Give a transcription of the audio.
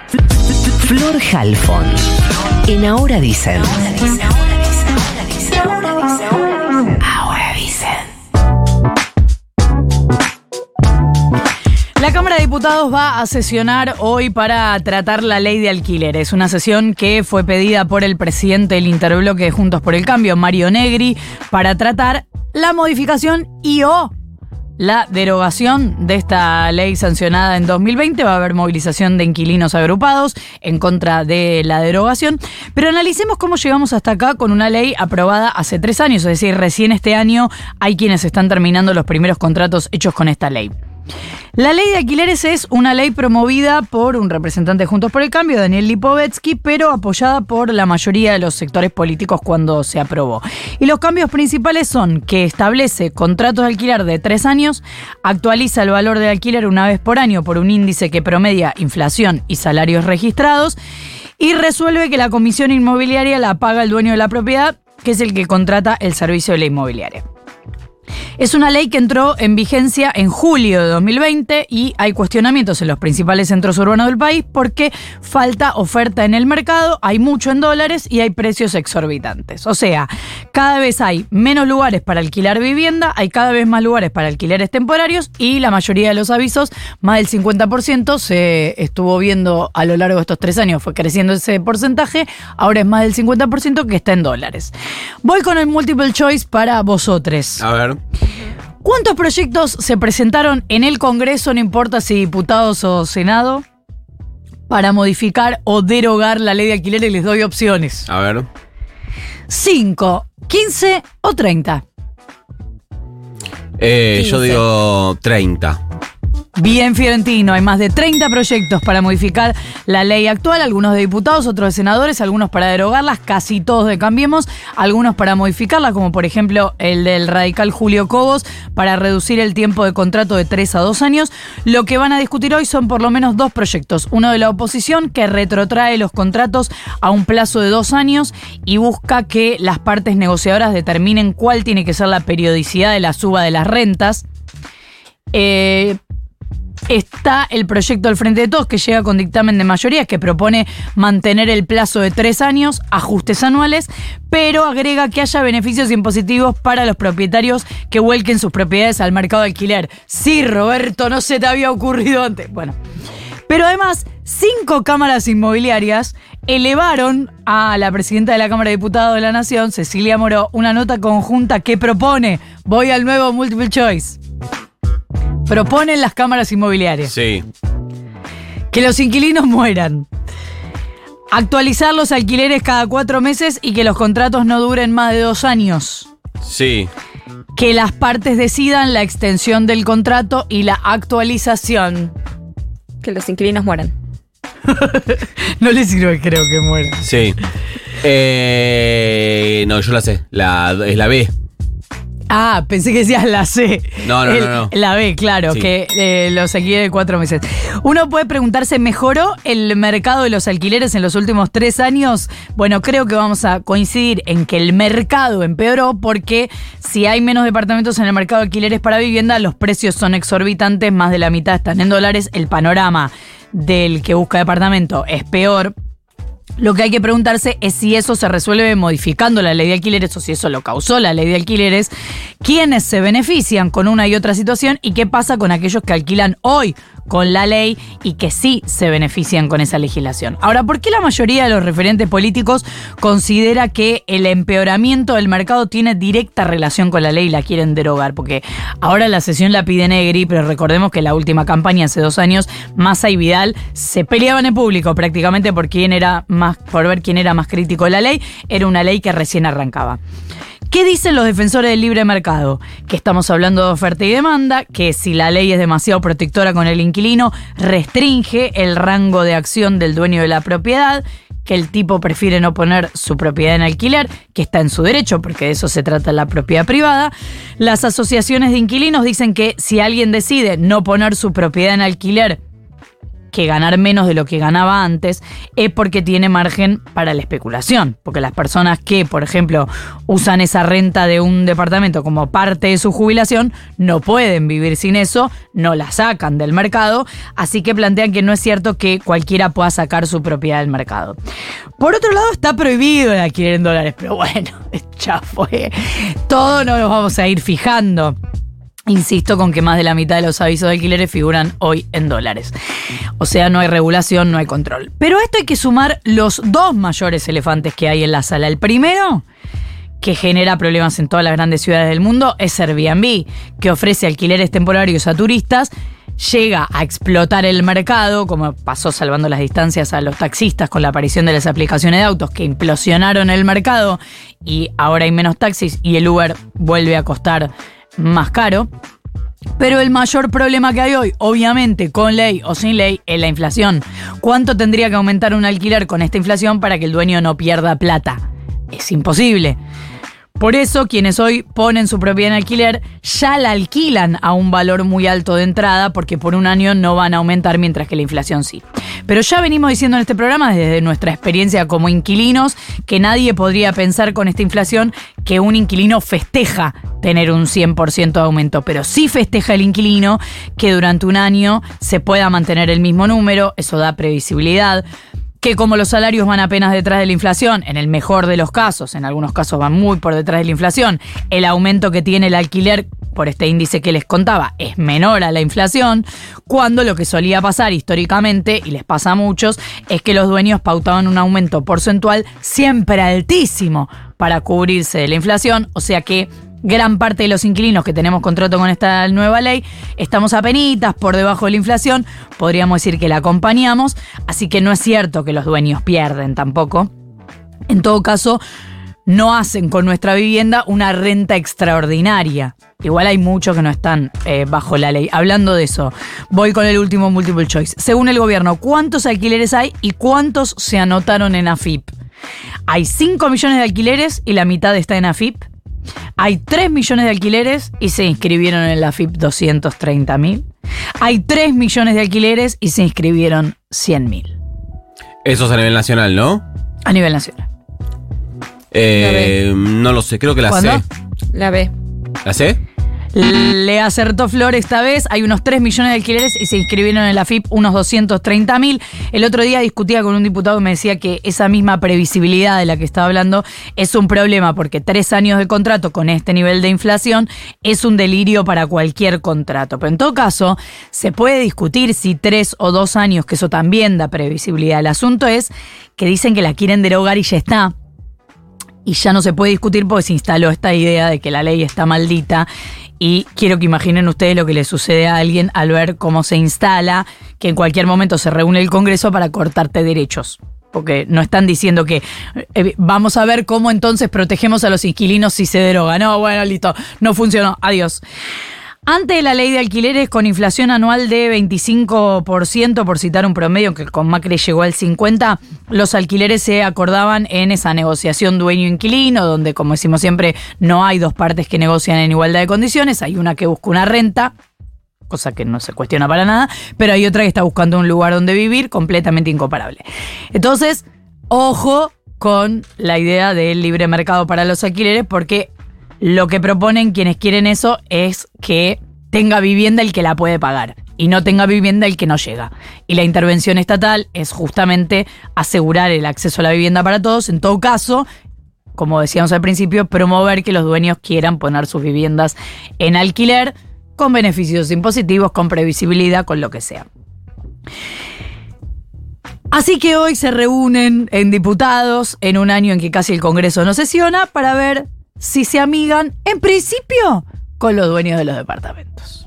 Flor Halfon. En Ahora Dicen. Ahora Dicen. La Cámara de Diputados va a sesionar hoy para tratar la ley de alquileres. Una sesión que fue pedida por el presidente del interbloque de Juntos por el Cambio, Mario Negri, para tratar la modificación o la derogación de esta ley sancionada en 2020. Va a haber movilización de inquilinos agrupados en contra de la derogación. Pero analicemos cómo llegamos hasta acá con una ley aprobada hace 3 años. Es decir, recién este año hay quienes están terminando los primeros contratos hechos con esta ley. La ley de alquileres es una ley promovida por un representante de Juntos por el Cambio, Daniel Lipovetsky, pero apoyada por la mayoría de los sectores políticos cuando se aprobó. Y los cambios principales son que establece contratos de alquiler de 3 años, actualiza el valor del alquiler una vez por año por un índice que promedia inflación y salarios registrados, y resuelve que la comisión inmobiliaria la paga el dueño de la propiedad, que es el que contrata el servicio de la inmobiliaria. Es una ley que entró en vigencia en julio de 2020 y hay cuestionamientos en los principales centros urbanos del país porque falta oferta en el mercado, hay mucho en dólares y hay precios exorbitantes. O sea, cada vez hay menos lugares para alquilar vivienda, hay cada vez más lugares para alquileres temporarios y la mayoría de los avisos, más del 50%, se estuvo viendo a lo largo de estos 3 años, fue creciendo ese porcentaje, ahora es más del 50% que está en dólares. Voy con el multiple choice para vosotros. A ver. ¿Cuántos proyectos se presentaron en el Congreso, no importa si diputados o Senado, para modificar o derogar la ley de alquileres? Les doy opciones. A ver. 5, 15 o 30. 15. Yo digo 30. Bien, Fiorentino, hay más de 30 proyectos para modificar la ley actual, algunos de diputados, otros de senadores, algunos para derogarlas, casi todos de Cambiemos, algunos para modificarlas, como por ejemplo el del radical Julio Cobos, para reducir el tiempo de contrato de 3 a 2 años. Lo que van a discutir hoy son por lo menos 2 proyectos. Uno de la oposición, que retrotrae los contratos a un plazo de 2 años y busca que las partes negociadoras determinen cuál tiene que ser la periodicidad de la suba de las rentas. Está el proyecto del Frente de Todos, que llega con dictamen de mayoría, que propone mantener el plazo de 3 años, ajustes anuales, pero agrega que haya beneficios impositivos para los propietarios que vuelquen sus propiedades al mercado de alquiler. Sí, Roberto, no se te había ocurrido antes. Bueno, pero además, 5 cámaras inmobiliarias elevaron a la presidenta de la Cámara de Diputados de la Nación, Cecilia Moró, una nota conjunta que propone, voy al nuevo multiple choice, proponen las cámaras inmobiliarias. Sí. Que los inquilinos mueran. Actualizar los alquileres cada 4 meses y que los contratos no duren más de 2 años. Sí. Que las partes decidan la extensión del contrato y la actualización. Que los inquilinos mueran. No les sirve, creo que mueran. Sí. No, yo la sé. Es la B. Ah, pensé que decías la C. No. La B, claro, sí. Que los alquileres de 4 meses. Uno puede preguntarse, ¿mejoró el mercado de los alquileres en los últimos 3 años? Bueno, creo que vamos a coincidir en que el mercado empeoró porque si hay menos departamentos en el mercado de alquileres para vivienda, los precios son exorbitantes, más de la mitad están en dólares, el panorama del que busca departamento es peor. Lo que hay que preguntarse es si eso se resuelve modificando la ley de alquileres o si eso lo causó la ley de alquileres, quiénes se benefician con una y otra situación y qué pasa con aquellos que alquilan hoy con la ley y que sí se benefician con esa legislación. Ahora, ¿por qué la mayoría de los referentes políticos considera que el empeoramiento del mercado tiene directa relación con la ley y la quieren derogar? Porque ahora la sesión la pide Negri, pero recordemos que la última campaña hace 2 años, Massa y Vidal se peleaban en público prácticamente por ver quién era más crítico de la ley. Era una ley que recién arrancaba. ¿Qué dicen los defensores del libre mercado? Que estamos hablando de oferta y demanda, que si la ley es demasiado protectora con el inquilino, restringe el rango de acción del dueño de la propiedad, que el tipo prefiere no poner su propiedad en alquiler, que está en su derecho, porque de eso se trata la propiedad privada. Las asociaciones de inquilinos dicen que si alguien decide no poner su propiedad en alquiler que ganar menos de lo que ganaba antes es porque tiene margen para la especulación. Porque las personas que, por ejemplo, usan esa renta de un departamento como parte de su jubilación, no pueden vivir sin eso, no la sacan del mercado, así que plantean que no es cierto que cualquiera pueda sacar su propiedad del mercado. Por otro lado, está prohibido el alquiler en dólares, pero bueno, ya fue. Todo no nos vamos a ir fijando. Insisto con que más de la mitad de los avisos de alquileres figuran hoy en dólares. O sea, no hay regulación, no hay control. Pero a esto hay que sumar los dos mayores elefantes que hay en la sala. El primero, que genera problemas en todas las grandes ciudades del mundo, es Airbnb, que ofrece alquileres temporarios a turistas, llega a explotar el mercado, como pasó salvando las distancias a los taxistas con la aparición de las aplicaciones de autos que implosionaron el mercado y ahora hay menos taxis y el Uber vuelve a costar más caro. Pero el mayor problema que hay hoy, obviamente con ley o sin ley, es la inflación. ¿Cuánto tendría que aumentar un alquiler con esta inflación para que el dueño no pierda plata? Es imposible. Por eso, quienes hoy ponen su propiedad en alquiler ya la alquilan a un valor muy alto de entrada porque por un año no van a aumentar mientras que la inflación sí. Pero ya venimos diciendo en este programa, desde nuestra experiencia como inquilinos, que nadie podría pensar con esta inflación que un inquilino festeja tener un 100% de aumento, pero sí festeja el inquilino que durante un año se pueda mantener el mismo número, eso da previsibilidad. Que como los salarios van apenas detrás de la inflación, en el mejor de los casos, en algunos casos van muy por detrás de la inflación, el aumento que tiene el alquiler por este índice que les contaba es menor a la inflación, cuando lo que solía pasar históricamente, y les pasa a muchos, es que los dueños pautaban un aumento porcentual siempre altísimo para cubrirse de la inflación, o sea que gran parte de los inquilinos que tenemos contrato con esta nueva ley estamos apenitas por debajo de la inflación, podríamos decir que la acompañamos, así que no es cierto que los dueños pierden tampoco. En todo caso, no hacen con nuestra vivienda una renta extraordinaria. Igual hay muchos que no están bajo la ley. Hablando de eso, voy con el último multiple choice. Según el gobierno, ¿cuántos alquileres hay y cuántos se anotaron en AFIP? Hay 5 millones de alquileres y la mitad está en AFIP. Hay 3 millones de alquileres y se inscribieron en la AFIP 230.000. Hay 3 millones de alquileres y se inscribieron 100.000. Eso es a nivel nacional, ¿no? A nivel nacional. No lo sé, creo que la ¿Cuándo? sé. La B. ¿La sé? Le acertó Flor esta vez. Hay unos 3 millones de alquileres y se inscribieron en la AFIP unos 230.000. El otro día discutía con un diputado que me decía que esa misma previsibilidad de la que estaba hablando es un problema porque 3 años de contrato con este nivel de inflación es un delirio para cualquier contrato. Pero en todo caso, se puede discutir si 3 o 2 años, que eso también da previsibilidad. El asunto es que dicen que la quieren derogar y ya está. Y ya no se puede discutir porque se instaló esta idea de que la ley está maldita. Y quiero que imaginen ustedes lo que le sucede a alguien al ver cómo se instala, que en cualquier momento se reúne el Congreso para cortarte derechos. Porque no están diciendo que vamos a ver cómo entonces protegemos a los inquilinos si se deroga. No, bueno, listo, no funcionó, adiós. Antes de la ley de alquileres con inflación anual de 25%, por citar un promedio que con Macri llegó al 50%, los alquileres se acordaban en esa negociación dueño-inquilino, donde, como decimos siempre, no hay dos partes que negocian en igualdad de condiciones, hay una que busca una renta, cosa que no se cuestiona para nada, pero hay otra que está buscando un lugar donde vivir completamente incomparable. Entonces, ojo con la idea del libre mercado para los alquileres, porque lo que proponen quienes quieren eso es que tenga vivienda el que la puede pagar y no tenga vivienda el que no llega. Y la intervención estatal es justamente asegurar el acceso a la vivienda para todos. En todo caso, como decíamos al principio, promover que los dueños quieran poner sus viviendas en alquiler con beneficios impositivos, con previsibilidad, con lo que sea. Así que hoy se reúnen en diputados en un año en que casi el Congreso no sesiona para ver si se amigan, en principio, con los dueños de los departamentos.